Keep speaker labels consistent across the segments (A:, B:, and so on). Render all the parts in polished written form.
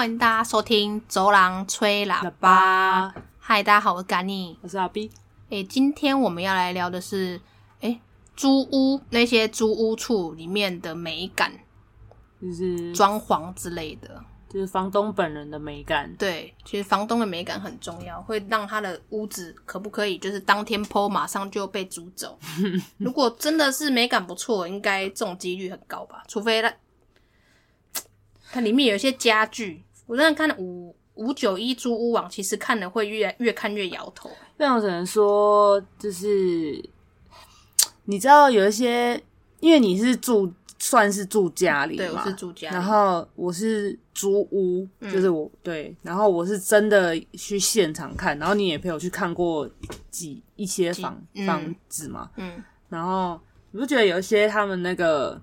A: 欢迎大家收听走廊吹喇叭。嗨，大家好，我是甘妮，
B: 我是阿 B。
A: 今天我们要来聊的是租屋，那些租屋处里面的美感，
B: 就是
A: 装潢之类的，
B: 就是房东本人的美感。
A: 对，其实房东的美感很重要，会让他的屋子可不可以就是当天 po 马上就被租走。如果真的是美感不错，应该这种几率很高吧，除非它里面有一些家具，我真的看591租屋网，其实看了会越看越摇头。
B: 那我只能说，就是你知道有一些，因为你是算是住家里嘛，
A: 对，我是住家里，
B: 然后我是租屋，就是我对，然后我是真的去现场看，然后你也陪我去看过一些房子嘛，然后你不觉得有一些他们那个。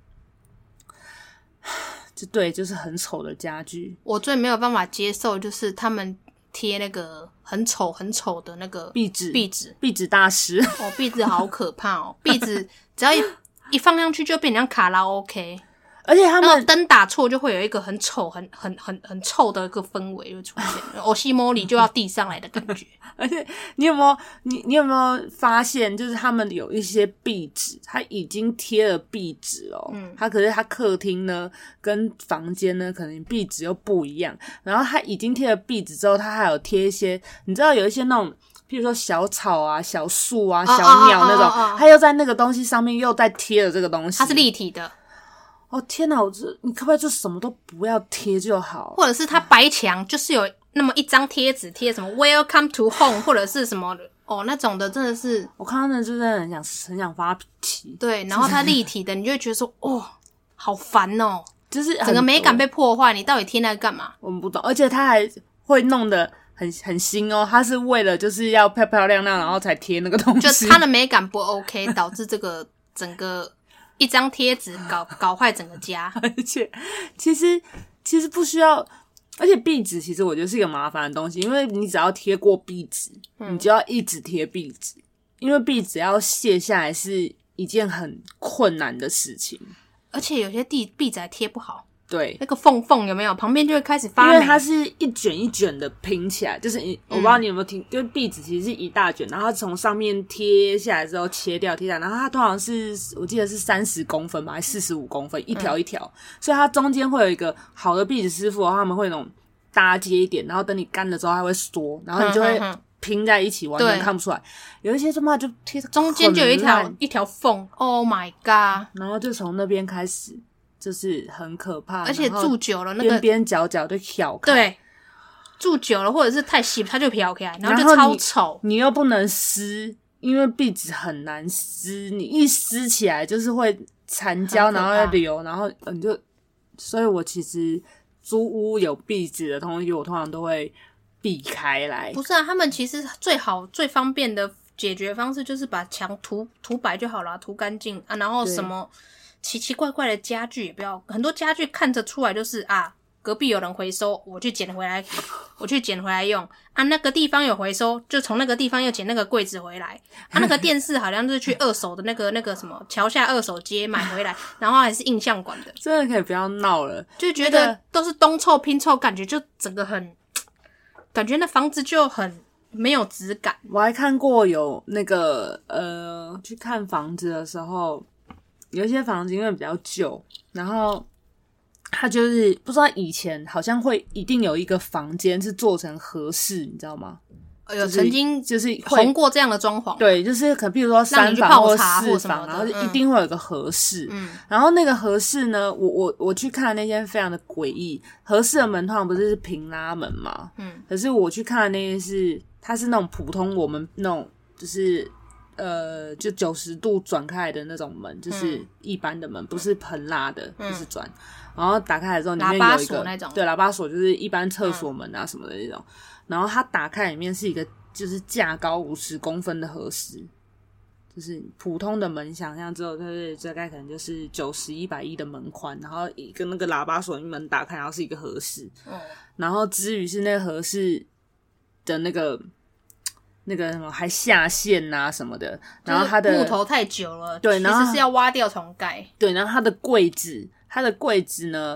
B: 就是很丑的家具。我
A: 最没有办法接受就是他们贴那个很丑的那个壁纸
B: 大师。
A: 壁纸好可怕哦！壁纸只要一放上去就变成卡拉 OK，
B: 而且他们
A: 灯打错就会有一个很丑很臭的一个氛围就出现，欧西莫里就要递上来的感觉。
B: 而且你有没有发现，就是他们有一些壁纸，他已经贴了壁纸哦，可是他客厅呢跟房间呢可能壁纸又不一样，然后他已经贴了壁纸之后，他还有贴一些，你知道有一些那种，譬如说小草啊、小树啊、小鸟那种，他又在那个东西上面又再贴了这个东西，
A: 它是立体的。
B: 哦天哪！你可不可以就什么都不要贴就好？
A: 或者是它白墙就是有那么一张贴纸贴什么 Welcome to Home 或者是什么那种的，真的是
B: 我看到那就真的很想发脾气。
A: 对，然后它立体的，你就会觉得说好烦哦，
B: 就是
A: 整个美感被破坏。你到底贴那个干嘛？
B: 我们不懂，而且它还会弄得很新哦，它是为了就是要漂漂亮亮，然后才贴那个东西。
A: 就它的美感不 OK， 导致这个整个。一张贴纸搞坏整个家。
B: 而且其实不需要，而且壁纸其实我觉得是一个麻烦的东西，因为你只要贴过壁纸，你就要一直贴壁纸，因为壁纸要卸下来是一件很困难的事情，
A: 而且有些壁纸还贴不好。
B: 对，
A: 那个缝有没有？旁边就会开始发霉，
B: 因为它是一卷一卷的拼起来，就是我不知道你有没有听，就是壁纸其实是一大卷，然后从上面贴下来之后贴掉，然后它通常是我记得是30公分吧，还是45公分，一条一条，所以它中间会有一个好的壁纸师傅，他们会那种搭接一点，然后等你干了之后它会缩，然后你就会拼在一起，完全看不出来。有一些他妈就贴
A: 中间就有一条缝 ，Oh my god！
B: 然后就从那边开始。就是很可怕，
A: 而且住久了那个
B: 边边角角都挑开，
A: 对，住久了或者是太细，它就飘开来，然后就超丑。
B: 你又不能撕，因为壁纸很难撕，你一撕起来就是会残胶，然后会流，然后你就，所以我其实租屋有壁纸的东西，我通常都会避开来。
A: 不是啊，他们其实最方便的解决方式就是把墙涂白就好了，涂干净啊，然后什么。奇奇怪怪的家具也不要，很多家具看着出来就是隔壁有人回收，我去捡回来用啊，那个地方有回收，就从那个地方又捡那个柜子回来啊，那个电视好像就是去二手的那个什么桥下二手街买回来，然后还是印象馆的，
B: 真的可以不要闹了，
A: 就觉得都是东凑拼凑，感觉就整个感觉那房子就很没有质感。
B: 我还看过有那个去看房子的时候。有一些房子因为比较旧，然后它就是不知道以前好像会一定有一个房间是做成和室，你知道吗？
A: 有曾经
B: 就是
A: 红过这样的装潢，
B: 对，就是可比如说3房或4房，然后一定会有一个和室。然后那个和室呢，我去看的那间非常的诡异，和室的门通常不是平拉门嘛，可是我去看的那间它是那种普通我们那种就是就90度转开来的那种门，就是一般的门，不是横拉的，不是转。然后打开来之后，里面有一个对喇叭锁，就是一般厕所门啊什么的那种。然后它打开里面是一个就是架高50公分的和室，就是普通的门想象之后，就是大概可能就是90-110的门宽，然后一个那个喇叭锁门打开，然后是一个和室。然后至于是那个和室的那个什么还下线啊什么的，然后它的
A: 木头太久了，
B: 对，然后
A: 其实是要挖掉重盖。
B: 对，然后它的柜子呢，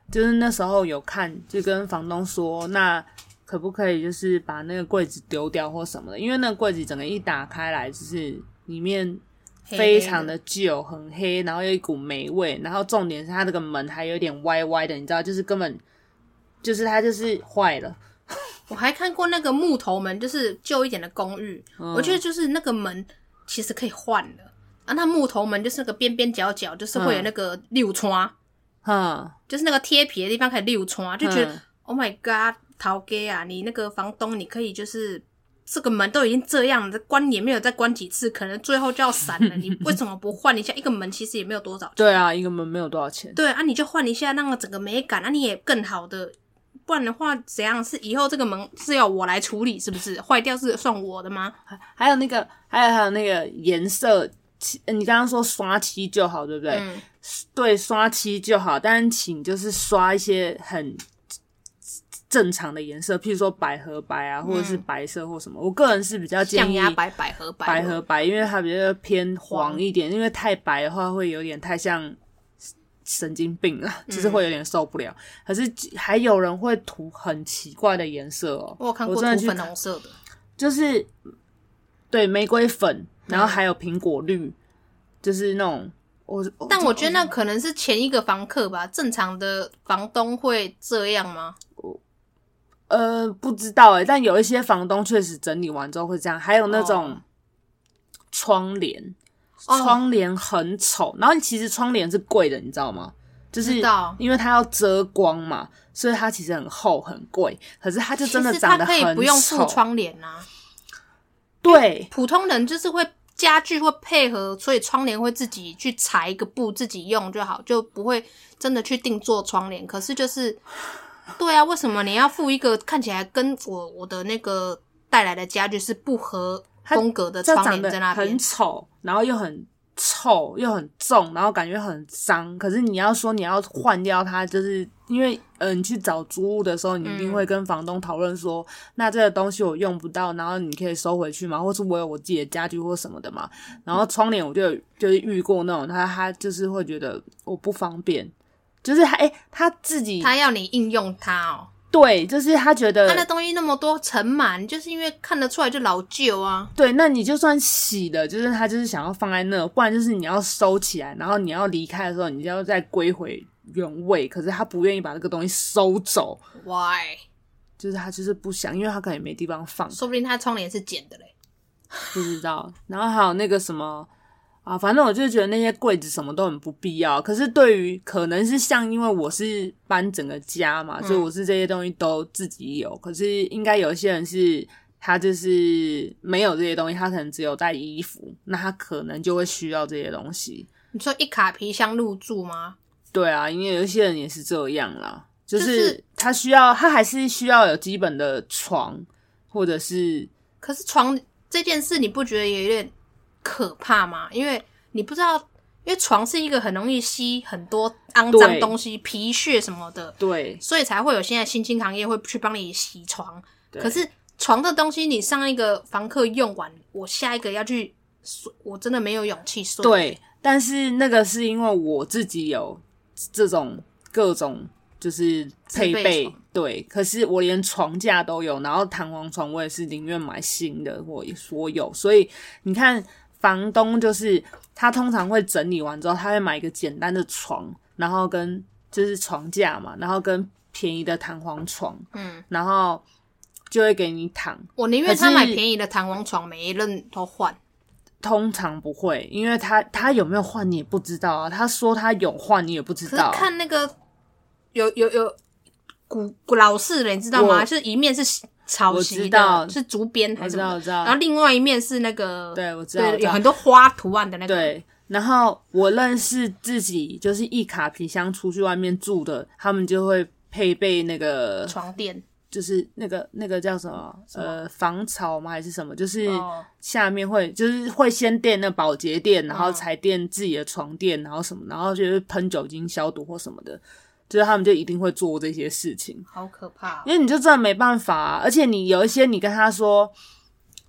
B: 就是那时候有看，就跟房东说，那可不可以就是把那个柜子丢掉或什么的，因为那个柜子整个一打开来就是里面非常的旧，很黑，然后有一股霉味，然后重点是它这个门还有点歪歪的，你知道，就是根本就是它就是坏了。
A: 我还看过那个木头门，就是旧一点的公寓，我觉得就是那个门其实可以换的啊。那木头门就是那个边边角角，就是会有那个溜穿，就是那个贴皮的地方可以溜穿，就觉得 Oh my God， 陶哥啊，你那个房东，你可以就是这个门都已经这样了，关也没有再关几次，可能最后就要散了，你为什么不换一下？一个门其实也没有多少钱。
B: 对啊，一个门没有多少钱。
A: 对啊，你就换一下，让整个美感，你也更好的。不然的话，怎样是以后这个门是要我来处理，是不是？坏掉是算我的吗？
B: 还有那个，还有那个颜色，你刚刚说刷漆就好，对不对？对，刷漆就好，但是请就是刷一些很正常的颜色，譬如说百合白啊，或者是白色或什么。我个人是比较建议
A: 象牙白、百合白，
B: 因为它比较偏黄一点，因为太白的话会有点太像神经病了，就是会有点受不了。可是还有人会涂很奇怪的颜色哦，
A: 我有看过涂粉红色的，
B: 就是对玫瑰粉，然后还有苹果绿，就是那种。
A: 但我觉得那可能是前一个房客吧，正常的房东会这样吗？
B: 不知道欸，但有一些房东确实整理完之后会这样。还有那种窗帘。窗帘很丑，然后其实窗帘是贵的，你知道吗？就是因为它要遮光嘛，所以它其实很厚很贵。可是它就真的长得很丑。其实它可以
A: 不用附窗帘啊。
B: 对，
A: 普通人就是会家具会配合，所以窗帘会自己去裁一个布自己用就好，就不会真的去定做窗帘。可是就是对啊，为什么你要附一个看起来跟我的那个带来的家具是不合风格的窗帘在那边？
B: 很丑，然后又很臭，又很重，然后感觉很脏。可是你要说你要换掉它，就是因为你去找租屋的时候，你一定会跟房东讨论说，那这个东西我用不到，然后你可以收回去吗？或是我有我自己的家具或什么的嘛。然后窗帘我就是遇过那种，他就是会觉得我不方便，就是他自己
A: 他要你应用它哦。
B: 对，就是他觉得
A: 他的东西那么多尘螨，就是因为看得出来就老旧啊。
B: 对，那你就算洗了，就是他就是想要放在那，不然就是你要收起来，然后你要离开的时候，你就要再归回原位。可是他不愿意把这个东西收走
A: ，Why？
B: 就是他就是不想，因为他可能也没地方放，
A: 说不定他窗帘是剪的嘞，
B: 不知道。然后还有那个什么。反正我就觉得那些柜子什么都很不必要。可是对于可能是像因为我是搬整个家嘛，所以我是这些东西都自己有。可是应该有一些人是他就是没有这些东西，他可能只有带衣服，那他可能就会需要这些东西。
A: 你说一卡皮箱入住吗？
B: 对啊，因为有一些人也是这样啦，就是他还是需要有基本的床，或者是。
A: 可是床这件事你不觉得也有点可怕吗？因为你不知道，因为床是一个很容易吸很多肮脏东西，皮屑什么的，
B: 对，
A: 所以才会有现在新兴行业会去帮你洗床。可是床的东西，你上一个房客用完，我下一个要去，我真的没有勇气睡。
B: 对，但是那个是因为我自己有这种各种就是配备，对，可是我连床架都有，然后弹簧床我也是宁愿买新的，我有，所以你看。房东就是他通常会整理完之后，他会买一个简单的床，然后跟就是床架嘛，然后跟便宜的弹簧床，然后就会给你躺。
A: 我宁愿他买便宜的弹簧床，每一任都换。
B: 通常不会，因为他有没有换你也不知道啊。他说他有换，你也不知道。
A: 可是看那个有古老式的，你知道吗？就是一面是草席的，是竹编还是什么？
B: 我知道。
A: 然后另外一面是那个，
B: 对，我知道，
A: 有很多花图案的那个。
B: 对，然后我认识自己就是一卡皮箱出去外面住的，他们就会配备那个
A: 床垫，
B: 就是那个叫什么防潮吗还是什么？就是下面就是会先垫那保洁垫，然后才垫自己的床垫，然后什么，然后就是喷酒精消毒或什么的。就是他们就一定会做这些事情，
A: 好可怕因
B: 为你就真的没办法啊。而且你有一些你跟他说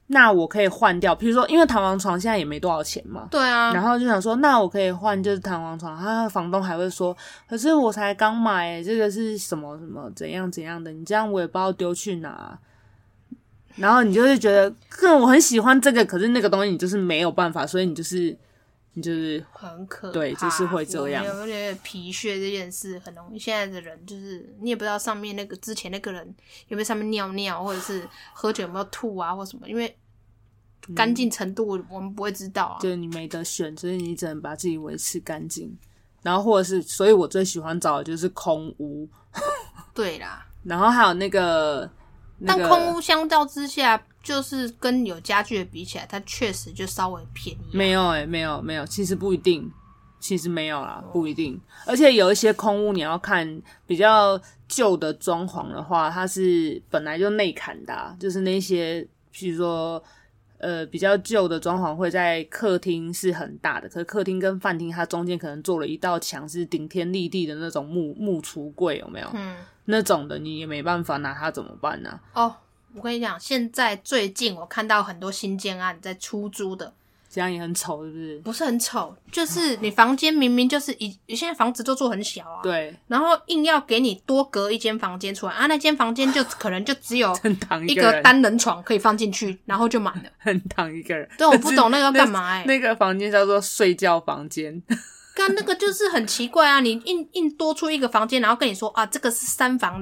B: 那我可以换掉，比如说因为弹簧床现在也没多少钱嘛，
A: 对啊，
B: 然后就想说那我可以换就是弹簧床，他房东还会说可是我才刚买这个是什么什么怎样怎样的，你这样我也不知道丢去哪，然后你就会觉得我很喜欢这个，可是那个东西你就是没有办法，所以你就是
A: 很可怕，
B: 对，就是会这样。
A: 有点皮屑这件事很容易，现在的人就是你也不知道上面那个之前那个人有没有上面尿尿，或者是喝酒有没有吐啊或什么，因为干净程度我们不会知道啊，
B: 就是你没得选，所以你只能把自己维持干净，然后或者是，所以我最喜欢找的就是空屋。
A: 对啦，
B: 然后还有那个
A: 但空屋相较之下，就是跟有家具的比起来，它确实就稍微便宜。
B: 没有没有，其实不一定，其实没有啦，不一定。而且有一些空屋，你要看比较旧的装潢的话，它是本来就内砍的就是那些，比如说比较旧的装潢会在客厅是很大的，可是客厅跟饭厅它中间可能做了一道墙是顶天立地的那种木橱柜，有没有？那种的你也没办法拿它怎么办呢？
A: 我跟你讲，现在最近我看到很多新建案在出租的，
B: 这样也很丑，是不是？
A: 不是很丑，就是你房间明明就是现在房子都做很小啊，
B: 对，
A: 然后硬要给你多隔一间房间出来啊，那间房间就可能就只有一个单人床可以放进去，然后就满了，
B: 很躺一个人。
A: 对，我不懂那个要干嘛
B: 那个房间叫做睡觉房间。
A: 干那个就是很奇怪啊！你硬多出一个房间，然后跟你说啊，这个是3房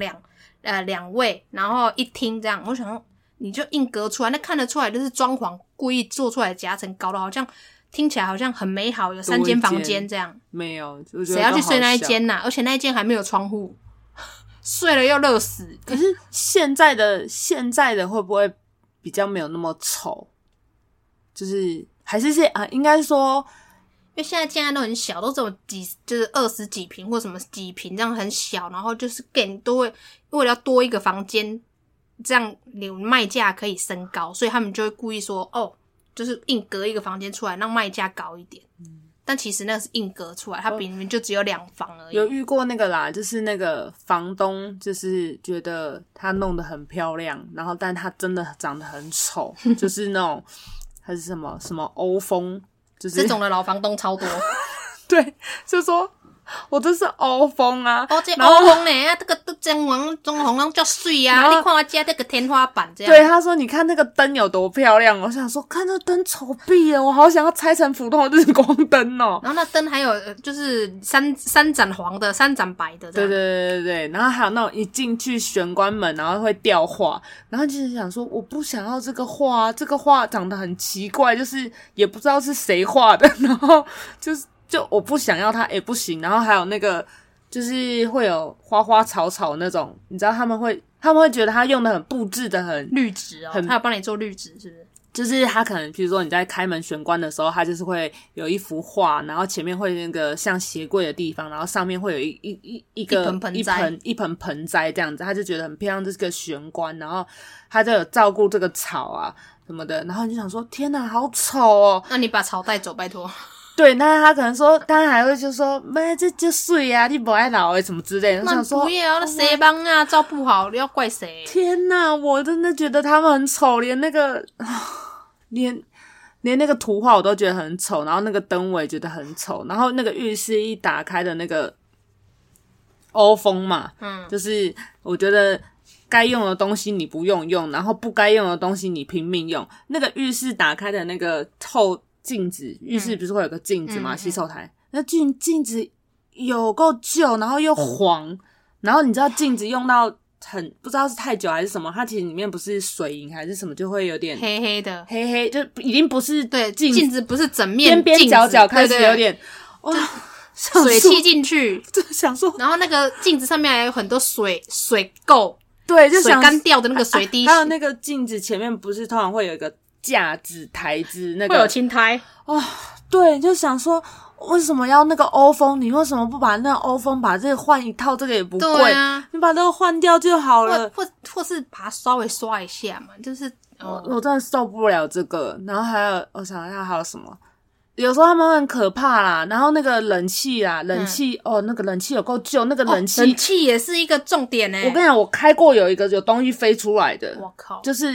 A: 2卫，然后1厅这样。我想说，你就硬隔出来，那看得出来就是装潢故意做出来的夹层，搞得好像听起来好像很美好，有3间房间这样。
B: 没有，
A: 谁要去睡那一间而且那一间还没有窗户，睡了又热死。
B: 可是现在的会不会比较没有那么丑？就是还是应该说。
A: 因为现在建案都很小，都只有就是20几坪或什么几坪这样很小，然后就是给你都会为了要多一个房间，这样卖价可以升高，所以他们就会故意说就是硬隔一个房间出来，让卖价高一点。但其实那个是硬隔出来，它明明就只有2房而已。
B: 有遇过那个啦，就是那个房东就是觉得他弄得很漂亮，然后但他真的长得很丑，就是那种还是什么欧风。就是
A: 这种的老房东超多。
B: 对，就说我这是欧风啊，
A: 这欧风呢，这个装潢叫水啊，你看我家这个天花板这样。
B: 对，他说你看那个灯有多漂亮，我想说看那灯丑毙了，我好想要拆成普通的日光灯哦。
A: 然后那灯还有就是三盏黄的3盏白的这样。
B: 对，然后还有那种一进去玄关门然后会掉画，然后就是想说我不想要这个画，这个画长得很奇怪，就是也不知道是谁画的，然后就我不想要它也不行，然后还有那个就是会有花花草草那种，你知道他们会觉得他用的很布置的很
A: 绿植他有帮你做绿植是不是？
B: 就是他可能比如说你在开门玄关的时候，他就是会有一幅画，然后前面会那个像鞋柜的地方，然后上面会有一盆盆栽这样子，他就觉得很漂亮，这是个玄关，然后他就有照顾这个草啊什么的，然后你就想说天哪好丑哦，
A: 那你把草带走拜托。
B: 对，那他可能说，他还会就说，这就水啊，你不爱老什么之类的。
A: 那不要，那谁帮啊？照不好，要怪谁？
B: 天哪，我真的觉得他们很丑，连那个，连那个图画我都觉得很丑，然后那个灯我也觉得很丑，然后那个浴室一打开的那个欧风嘛，就是我觉得该用的东西你不用，然后不该用的东西你拼命用。那个浴室打开的那个镜子，浴室不是会有个镜子吗？洗手台那镜子有够旧，然后又黄，然后你知道镜子用到不知道是太久还是什么，它其实里面不是水银还是什么，就会有点
A: 黑黑的，
B: 就已经不是
A: 对镜子不是整面
B: 边边角角开始有点
A: 水汽进去，
B: 就想说，
A: 然后那个镜子上面还有很多水垢，
B: 对，就
A: 水干掉的那个水滴，
B: 还有那个镜子前面不是通常会有一个架子台子，那个
A: 会有青苔
B: 对，就想说为什么要那个欧风？你为什么不把那个欧风把这个换一套？这个也不贵，
A: 对啊，
B: 你把这个换掉就好了，
A: 或是把它稍微刷一下嘛，就是
B: 我真的受不了这个。然后还有我想一下还有什么，有时候他们很可怕啦，然后那个冷气那个冷气有够旧，那个冷气
A: 也是一个重点欸。
B: 我跟你讲，我开过有一个有东西飞出来的，
A: 我靠，
B: 就是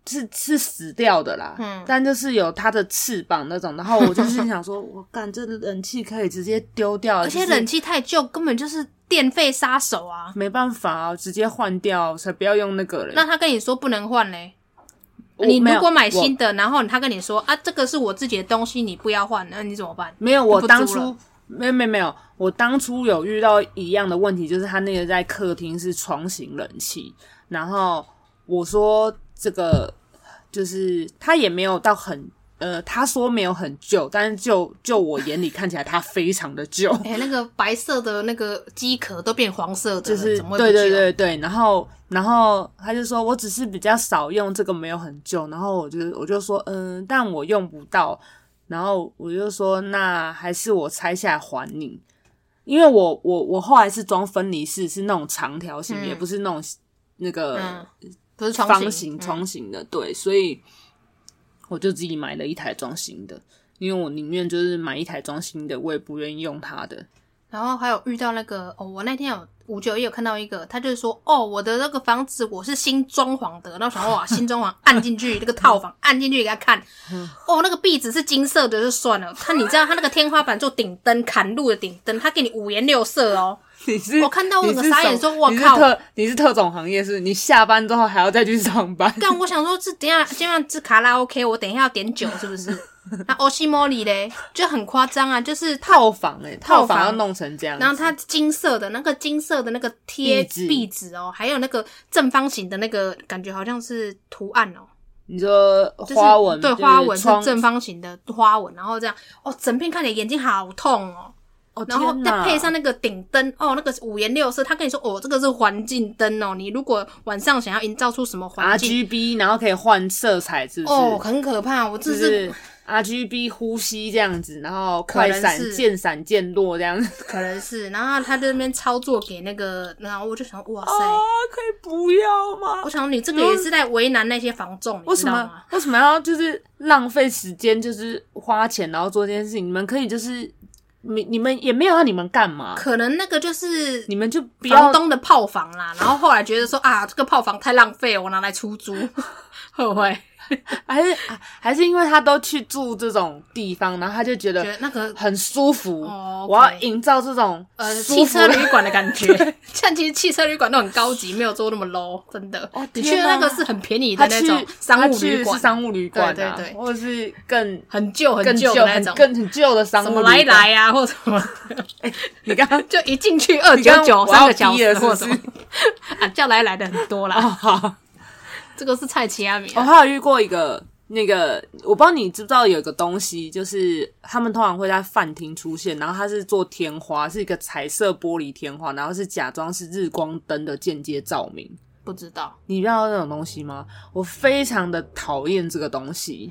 B: 是死掉的啦，但就是有它的翅膀那种，然后我就心想说，我干，这冷气可以直接丢掉，
A: 而且冷气太旧，根本就是电费杀手啊，
B: 没办法啊，直接换掉，才不要用那个嘞。
A: 那他跟你说不能换嘞？你如果买新的，然后他跟你说啊，这个是我自己的东西，你不要换，那你怎么办？
B: 没有，我当初没有，我当初有遇到一样的问题，就是他那个在客厅是窗型冷气，然后我说这个就是他也没有到很他说没有很旧，但是就我眼里看起来它非常的旧。
A: 那个白色的那个机壳都变黄色的，
B: 就是
A: 怎么会不旧？
B: 对，然后他就说我只是比较少用，这个没有很旧，然后我就说但我用不到，然后我就说那还是我拆下来还你，因为我后来是装分离式，是那种长条形，也不是那种那个
A: 不是
B: 方形窗型的，对，所以我就自己买了一台装新的，因为我宁愿就是买一台装新的，我也不愿意用它的。
A: 然后还有遇到那个我那天有591有看到一个，他就是说我的那个房子我是新装潢的，然后想说哇，新装潢按进去那个套房按进去给他看，那个壁纸是金色的就算了，你知道他那个天花板做顶灯砍入的顶灯，他给你5颜6色哦。我看到我整个傻眼说我靠，
B: 你是特种行业，是你下班之后还要再去上班？
A: 但我想说这等一下今晚是卡拉 OK， 我等一下要点酒是不是？那欧西莫里嘞就很夸张啊，就是
B: 套房套房要弄成这样子，
A: 然后它金色的那个贴壁纸哦，还有那个正方形的那个感觉好像是图案哦。
B: 你说花纹、
A: 对，花纹是正方形的花纹，然后这样整片看起来眼睛好痛哦。然后再配上那个顶灯那个5颜6色，他跟你说这个是环境灯哦，你如果晚上想要营造出什么环境
B: RGB， 然后可以换色彩，是不是？
A: 很可怕，我这
B: 是 RGB 呼吸这样子，然后快闪渐闪渐落这样子，
A: 可能是。然后他在那边操作给那个，然后我就想哇塞，
B: 可以不要吗？
A: 我想你这个也是在为难那些房仲，你知道吗？
B: 为什么要就是浪费时间，就是花钱然后做这件事情？你们可以就是你们也没有要你们干嘛？
A: 可能那个就是
B: 你们就不要
A: 房东的炮房啦，然后后来觉得说这个炮房太浪费了，我拿来出租，会不会？
B: 还是因为他都去住这种地方，然后他就觉得
A: 那个
B: 很舒服。我要营造这种
A: 汽车旅馆的感觉。像其实汽车旅馆都很高级，没有做那么 low， 真的。你去的那个是很便宜的那种商务旅馆，
B: 是商务旅馆，
A: 对，
B: 或者是
A: 很旧的那种，
B: 很旧的商务旅馆，
A: 什么来啊，或什么。
B: 你刚刚
A: 就一进去299 3个小时或什么叫来的很多啦。
B: 好。
A: 这个是菜奇阿米。
B: 我还有遇过一个那个，我不知道你知不知道有一个东西，就是他们通常会在饭厅出现，然后它是做天花，是一个彩色玻璃天花，然后是假装是日光灯的间接照明。
A: 不知道
B: 你知道那种东西吗？我非常的讨厌这个东西。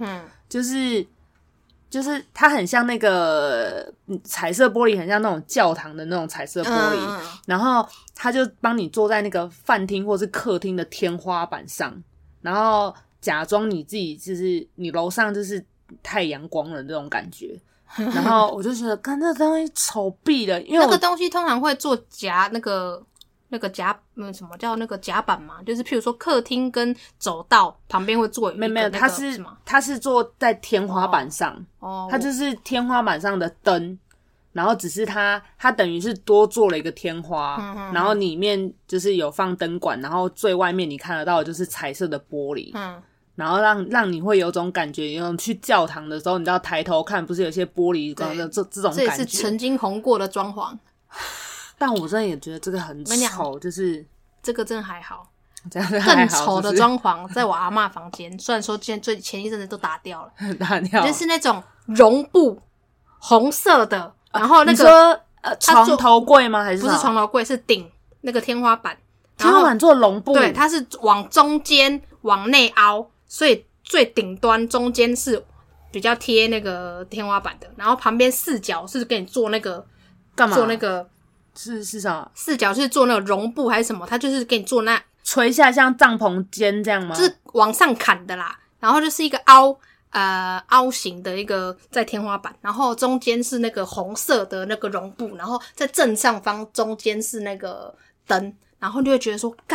B: 就是它很像那个彩色玻璃，很像那种教堂的那种彩色玻璃，然后它就帮你坐在那个饭厅或是客厅的天花板上，然后假装你自己就是你楼上就是太阳光了这种感觉，然后我就觉得看这个东西丑毙了，因为
A: 那个东西通常会做夹那个夹什么叫那个夹板嘛？就是譬如说客厅跟走道旁边会做一个，
B: 没有，它是坐在天花板上，它就是天花板上的灯，然后只是它等于是多做了一个天花，然后里面就是有放灯管，然后最外面你看得到的就是彩色的玻璃，然后让你会有种感觉，有种去教堂的时候，你知道抬头看不是有些玻璃光的这种感觉，
A: 这也是曾经红过的装潢。
B: 但我真的也觉得这个很丑，就是
A: 这个真的还好，
B: 这样更
A: 丑的装潢在我阿嬷房间，虽然说前一阵子都打掉了，就是那种绒布红色的，然后那个
B: 你说床头柜吗？还是
A: 不是床头柜？是顶那个天花板，
B: 天花板做绒布，
A: 对，它是往中间往内凹，所以最顶端中间是比较贴那个天花板的，然后旁边4角是给你做那个
B: 干嘛？
A: 做那个。
B: 是啥
A: ？4角是做那个绒布还是什么？它就是给你做那
B: 垂下像帐篷间这样吗？
A: 就是往上砍的啦，然后就是一个凹形的一个在天花板，然后中间是那个红色的那个绒布，然后在正上方中间是那个灯，然后你就会觉得说干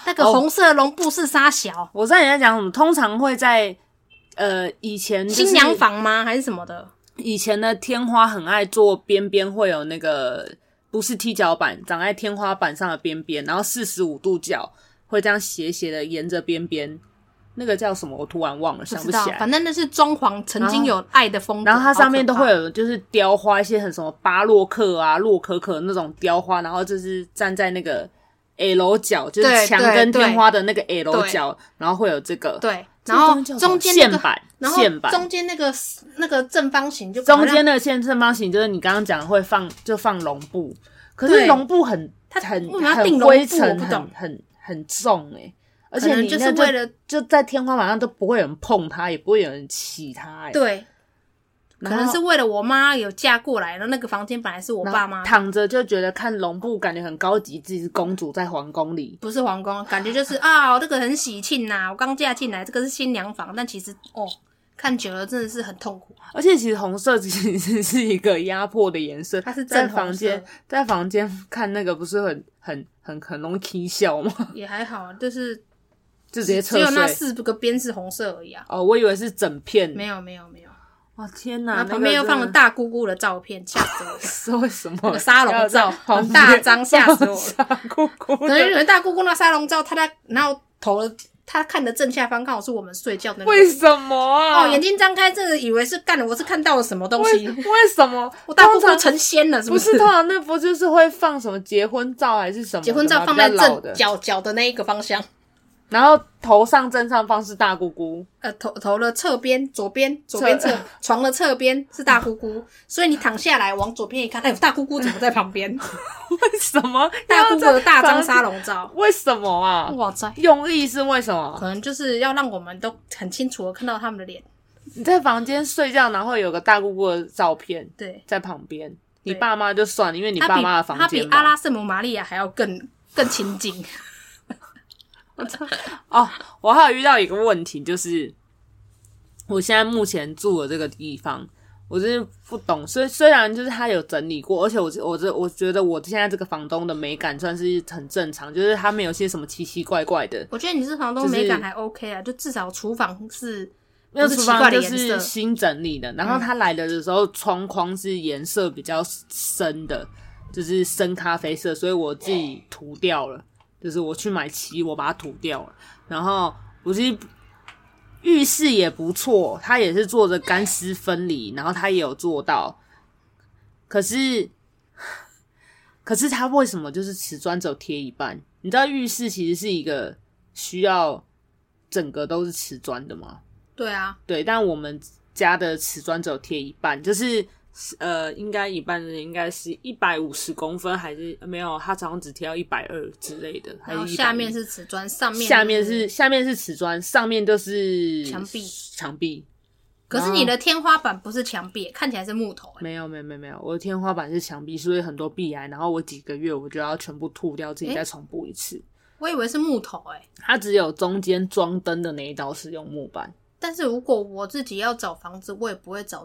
A: 那个红色的绒布是啥小？
B: 我知道你在讲什么，通常会在以前、就是、
A: 新娘房吗？还是什么的？
B: 以前的天花很爱做边边会有那个不是踢脚板，长在天花板上的边边，然后45度角会这样斜斜的沿着边边，那个叫什么我突然忘了，想不起来。
A: 反正那是装潢曾经有爱的风格，
B: 然后它上面都会有就是雕花一些很什么巴洛克啊洛可可那种雕花，然后就是站在那个 L 角，就是墙跟天花的那个 L 角，然后会有这个
A: 对，然后中间那个
B: 线板，
A: 中间那个正方形就
B: 中间那个正方形就是你刚刚讲的会放绒布，可是绒布很灰尘很重而且你
A: 就是为了
B: 就在天花板上都不会有人碰它，也不会有人骑它
A: 对。可能是为了我妈有嫁过来，然后那个房间本来是我爸妈
B: 躺着就觉得看绒布感觉很高级，自己是公主在皇宫里，
A: 不是皇宫，感觉就是啊，这个很喜庆呐，我刚嫁进来，这个是新娘房，但其实看久了真的是很痛苦。
B: 而且其实红色其实是一个压迫的颜色，
A: 它是正红色。
B: 在房间看那个不是很容易起笑吗？
A: 也还好，就
B: 直接侧睡，
A: 只有那4个边是红色而已啊。
B: 我以为是整片。
A: 没有。
B: 天哪！
A: 然后旁边又放了大姑姑的照片，吓死我了。
B: 是为什么？
A: 那个沙龙照很大张，吓死我了。
B: 大姑姑，
A: 等于大姑姑那沙龙照，然后他看的正下方刚好是我们睡觉的那个。
B: 为什么啊？
A: 眼睛张开，这个以为是我是看到了什么东西？
B: 为什么？
A: 我大姑姑成仙了，是不是？
B: 不是，通常那不就是会放什么结婚照还是什么？
A: 结婚照放在正脚的那一个方向。
B: 然后头上正上方是大姑姑，
A: 头的侧边，左边侧床的侧边是大姑姑，所以你躺下来往左边一看，大姑姑怎么在旁边？
B: 为什么？
A: 大姑姑的大张沙龙照，
B: 为什么啊？
A: 哇塞，
B: 用意是为什么？
A: 可能就是要让我们都很清楚的看到他们的脸。
B: 你在房间睡觉，然后有个大姑姑的照片，
A: 对，
B: 在旁边。你爸妈就算了，因为你爸妈的房间
A: 他比阿拉圣母玛利亚还要更亲近。
B: 我还有遇到一个问题，就是我现在目前住的这个地方，我真是不懂。虽然就是他有整理过，而且我觉得我现在这个房东的美感算是很正常，就是他没有些什么奇奇怪怪的。
A: 我觉得你是房东美感还 OK 啊，就至少厨房是
B: 没有厨房就是新整理的，然后他来的时候窗框是颜色比较深的，就是深咖啡色，所以我自己涂掉了。就是我去买漆，我把它涂掉了。然后我其实浴室也不错，它也是做着干湿分离，然后它也有做到。可是它为什么就是瓷砖只有贴一半？你知道浴室其实是一个需要整个都是瓷砖的吗？
A: 对啊，
B: 对，但我们家的瓷砖只有贴一半，就是应该一半的应该是150公分，还是没有？它好像只贴到120之类的，还是110？
A: 然后下面是瓷砖，上面
B: 下面是瓷砖，上面就是墙壁。
A: 可是你的天花板不是墙壁，看起来是木头。
B: 没有，我的天花板是墙壁，所以很多壁癌，然后我几个月我就要全部吐掉，自己再重补一次。
A: 我以为是木头
B: 它只有中间装灯的那一道是用木板。
A: 但是如果我自己要找房子，我也不会找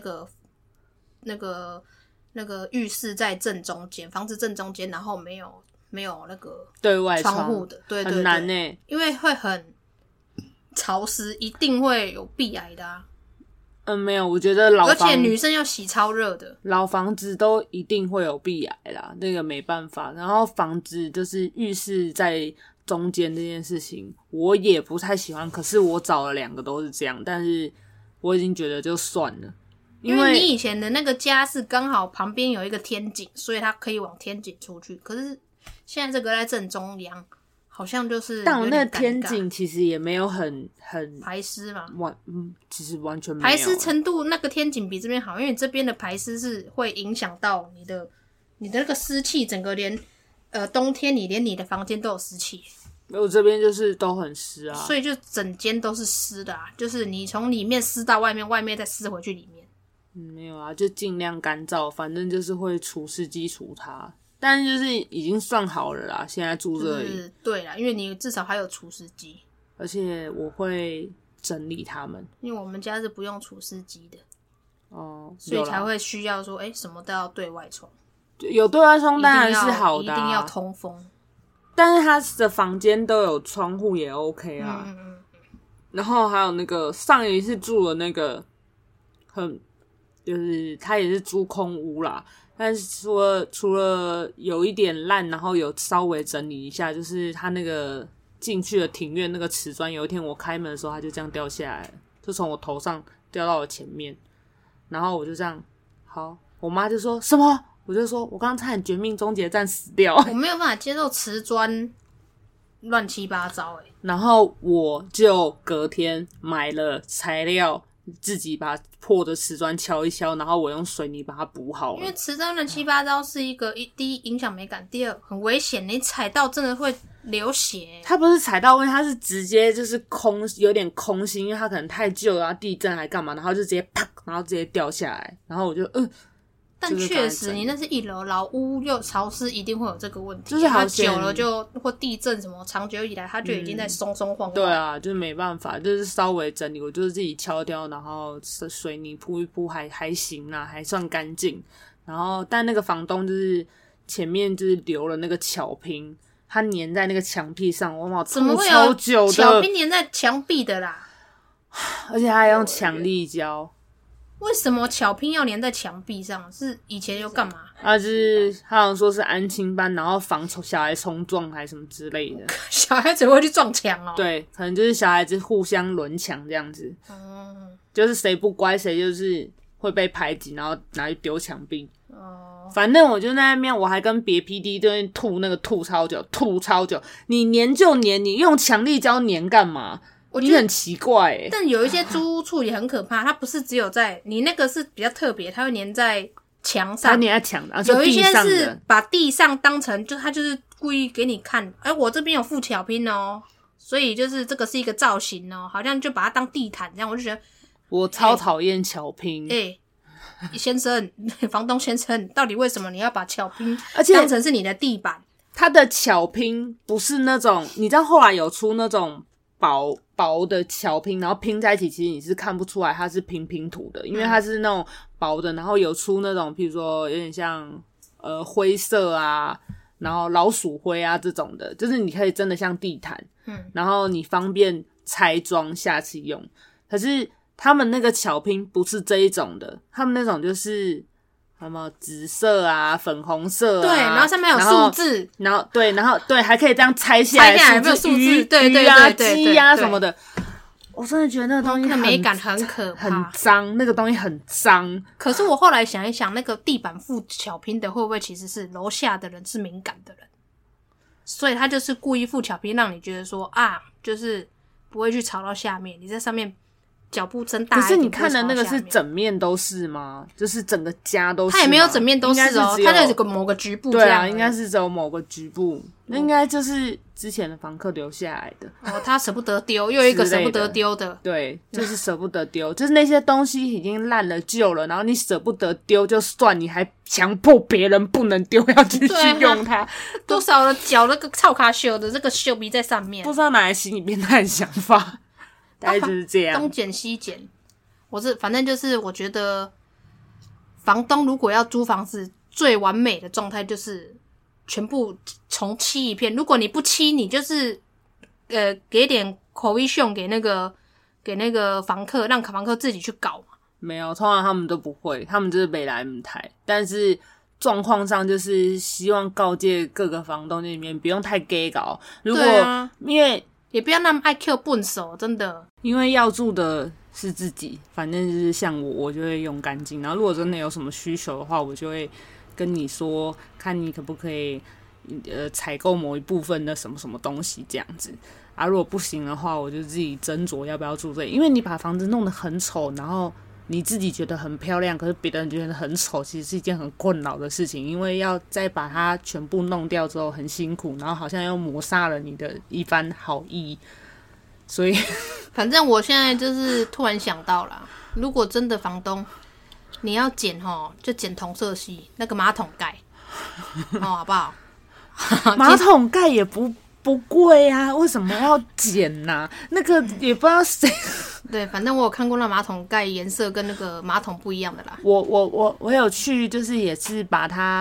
A: 那个浴室在正中间，房子正中间，然后没有那个
B: 对外
A: 窗户的，对，
B: 很难
A: 因为会很潮湿，一定会有壁癌的啊。
B: 没有，我觉得而
A: 且女生要洗超热的，
B: 老房子都一定会有壁癌啦，那个没办法。然后房子就是浴室在中间这件事情，我也不太喜欢。可是我找了2个都是这样，但是我已经觉得就算了。
A: 因为你以前的那个家是刚好旁边有一个天井，所以它可以往天井出去。可是现在这个在正中央，好像就是有点尴尬。
B: 但我那个天井其实也没有很
A: 排湿嘛，
B: 其实完全没有
A: 排湿程度。那个天井比这边好，因为这边的排湿是会影响到你的那个湿气，整个连冬天连你的房间都有湿气。
B: 我这边就是都很湿啊，
A: 所以就整间都是湿的啊，就是你从里面湿到外面，外面再湿回去里面。
B: 没有啊，就尽量干燥，反正就是会除湿机除它，但是就是已经算好了啦。现在住这里，
A: 就是对啦，因为你至少还有除湿机，
B: 而且我会整理它们，
A: 因为我们家是不用除湿机的所以才会需要说，什么都要对外窗。
B: 有对外窗当然是好的
A: 一定要通风。
B: 但是他的房间都有窗户也 OK 啊。然后还有那个上一次住的那个就是他也是租空屋啦，但是除了有一点烂，然后有稍微整理一下，就是他那个进去的庭院那个瓷砖，有一天我开门的时候，他就这样掉下来了，就从我头上掉到我前面，然后我就这样，好，我妈就说什么？我就说我刚刚差点绝命终结战死掉，
A: 我没有办法接受瓷砖乱七八糟
B: 然后我就隔天买了材料，自己把破的瓷砖敲一敲，然后我用水泥把它补好了。
A: 因为瓷砖乱七八糟是一个第一影响美感，第二很危险，你踩到真的会流血。
B: 它不是踩到位，它是直接就是有点空心，因为它可能太旧了，然后地震还干嘛，然后就直接啪，然后直接掉下来，然后我就
A: 但确实，你那是一楼，老屋又潮湿，一定会有这个问题。
B: 就是好
A: 久了就或地震什么，长久以来它就已经在松松晃晃。
B: 对啊，就是没办法，就是稍微整理，我就是自己敲掉，然后水泥铺一铺，还行啦，还算干净。然后，但那个房东就是前面就是留了那个巧拼，它粘在那个墙壁上，我
A: 怎么会
B: 超久的
A: 巧拼粘在墙壁的啦？
B: 而且它还用强力胶。
A: 为什么巧拼要粘在墙壁上？是以前又干嘛？
B: 就是他好像说是安亲班，然后防小孩冲撞还是什么之类的。
A: 小孩子会去撞墙哦？
B: 对，可能就是小孩子互相轮墙这样子。就是谁不乖谁就是会被排挤，然后拿去丢墙壁。反正我就在那边，我还跟别 PD 对面吐超久。你粘就粘，你用强力胶粘干嘛？你很奇怪
A: 但有一些租屋处也很可怕，它不是只有在你那个是比较特别，它会粘在墙上，
B: 它粘在墙上，
A: 有一些是把地上当成它就是故意给你看，我这边有附巧拼哦，所以就是这个是一个造型哦，好像就把它当地毯这样，我就觉得
B: 我超讨厌巧拼。
A: 先生，房东先生，到底为什么你要把巧拼当成是你的地板？
B: 它的巧拼不是那种，你知道后来有出那种薄的巧拼，然后拼在一起，其实你是看不出来它是拼图的，因为它是那种薄的，然后有出那种，譬如说有点像灰色啊，然后老鼠灰啊这种的，就是你可以真的像地毯，然后你方便拆装下次用。可是他们那个巧拼不是这一种的，他们那种就是什么紫色啊、粉红色啊，
A: 对，然后上面有数字，
B: 然后对，还可以这样拆下来，
A: 有数字，对
B: 鱼啊、鸡啊什么的。我真的觉得那个东西
A: 美感很可怕，
B: 很脏，那个东西很脏。
A: 可是我后来想一想，那个地板附巧拼的会不会其实是楼下的人是敏感的人，所以他就是故意附巧拼，让你觉得说就是不会去吵到下面，你在上面脚步声大一点。
B: 可是你看的那个是整面都是吗？就是整个家都是吗？
A: 它也没有整面都是哦，它就有某个局部这样。
B: 对啊，应该是只有某个局部，那应该就是之前的房客留下来的。
A: 他舍不得丢，又有一个舍不得丢的。
B: 对，就是舍不得丢，就是那些东西已经烂了旧了，然后你舍不得丢就算，你还强迫别人不能丢，要继续用它。
A: 多少了脚那个臭卡修的这个修鼻在上面，
B: 不知道哪来心理变态的想法。大概就是这样，
A: 东捡西捡。反正就是我觉得，房东如果要租房子，最完美的状态就是全部重漆一片。如果你不漆，你就是给点commission给那个房客，让房客自己去搞嘛。没
B: 有，通常他们都不会，他们就是没来唔台。但是状况上就是希望告诫各个房东里面不用太 gay 搞。如果因为
A: 也不要那么爱 Q 笨手，真的。
B: 因为要住的是自己，反正就是像我就会用干净。然后如果真的有什么需求的话，我就会跟你说，看你可不可以采购某一部分的什么什么东西这样子。如果不行的话，我就自己斟酌要不要住这里。因为你把房子弄得很丑，然后你自己觉得很漂亮，可是别人觉得很丑，其实是一件很困扰的事情。因为要再把它全部弄掉之后很辛苦，然后好像又抹杀了你的一番好意。所以
A: 反正我现在就是突然想到啦，如果真的房东你要剪就剪同色系那个马桶盖好不好？
B: 马桶盖也不贵啊，为什么要剪啊？那个也不知道谁
A: 对，反正我有看过那马桶盖颜色跟那个马桶不一样的啦。
B: 我有去，就是也是把它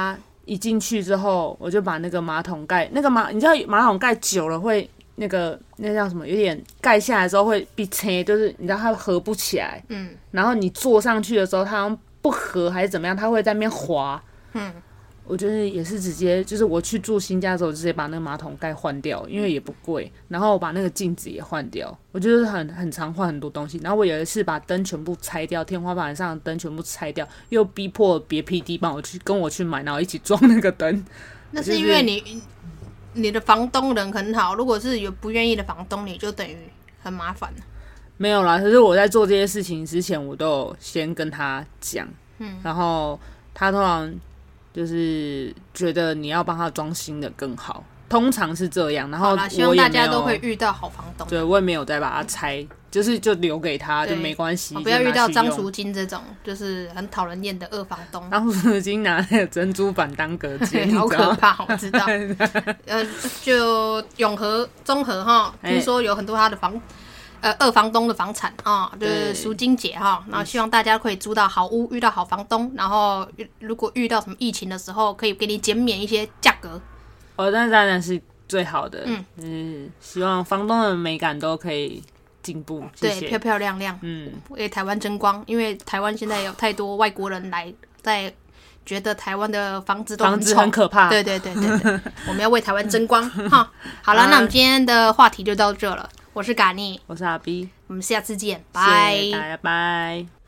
B: 一进去之后，我就把那个马桶盖，你知道马桶盖久了会那叫什么，有点盖下来之后会闭切，就是你知道它合不起来，然后你坐上去的时候它好像不合还是怎么样，它会在那边滑，我就是也是直接就是我去住新家的时候，我直接把那个马桶盖换掉，因为也不贵，然后我把那个镜子也换掉，我就是很常换很多东西。然后我有一次把灯全部拆掉，天花板上的灯全部拆掉，又逼迫别 PD 帮我跟我去买，然后一起装那个灯。
A: 那是因为你的房东人很好，如果是有不愿意的房东，你就等于很麻烦了。
B: 没有啦，可是我在做这些事情之前，我都有先跟他讲，然后他通常就是觉得你要帮他装新的更好，通常是这样。然后我也没有，
A: 希望大家都会遇到好房东。
B: 对，我也没有再把它拆，就留给他，就没关系。
A: 不要遇到张淑金这种就是很讨人厌的二房东。
B: 张淑金拿那个珍珠板当隔间，
A: 好可怕，我知道。就永和、中和哈，听说有很多他的二房东的房产啊，就是淑金姐哈，然后希望大家可以租到好屋，遇到好房东，然后如果遇到什么疫情的时候，可以给你减免一些价格。
B: 那当然是最好的。希望房东的美感都可以进步，谢谢。
A: 对，漂漂亮亮，为台湾争光，因为台湾现在有太多外国人来，在觉得台湾的房子都
B: 很可怕。
A: 对，我们要为台湾争光哈。好了，那我们今天的话题就到这了。我是嘎尼，
B: 我是阿 B，
A: 我们下次见，
B: 拜，大家拜。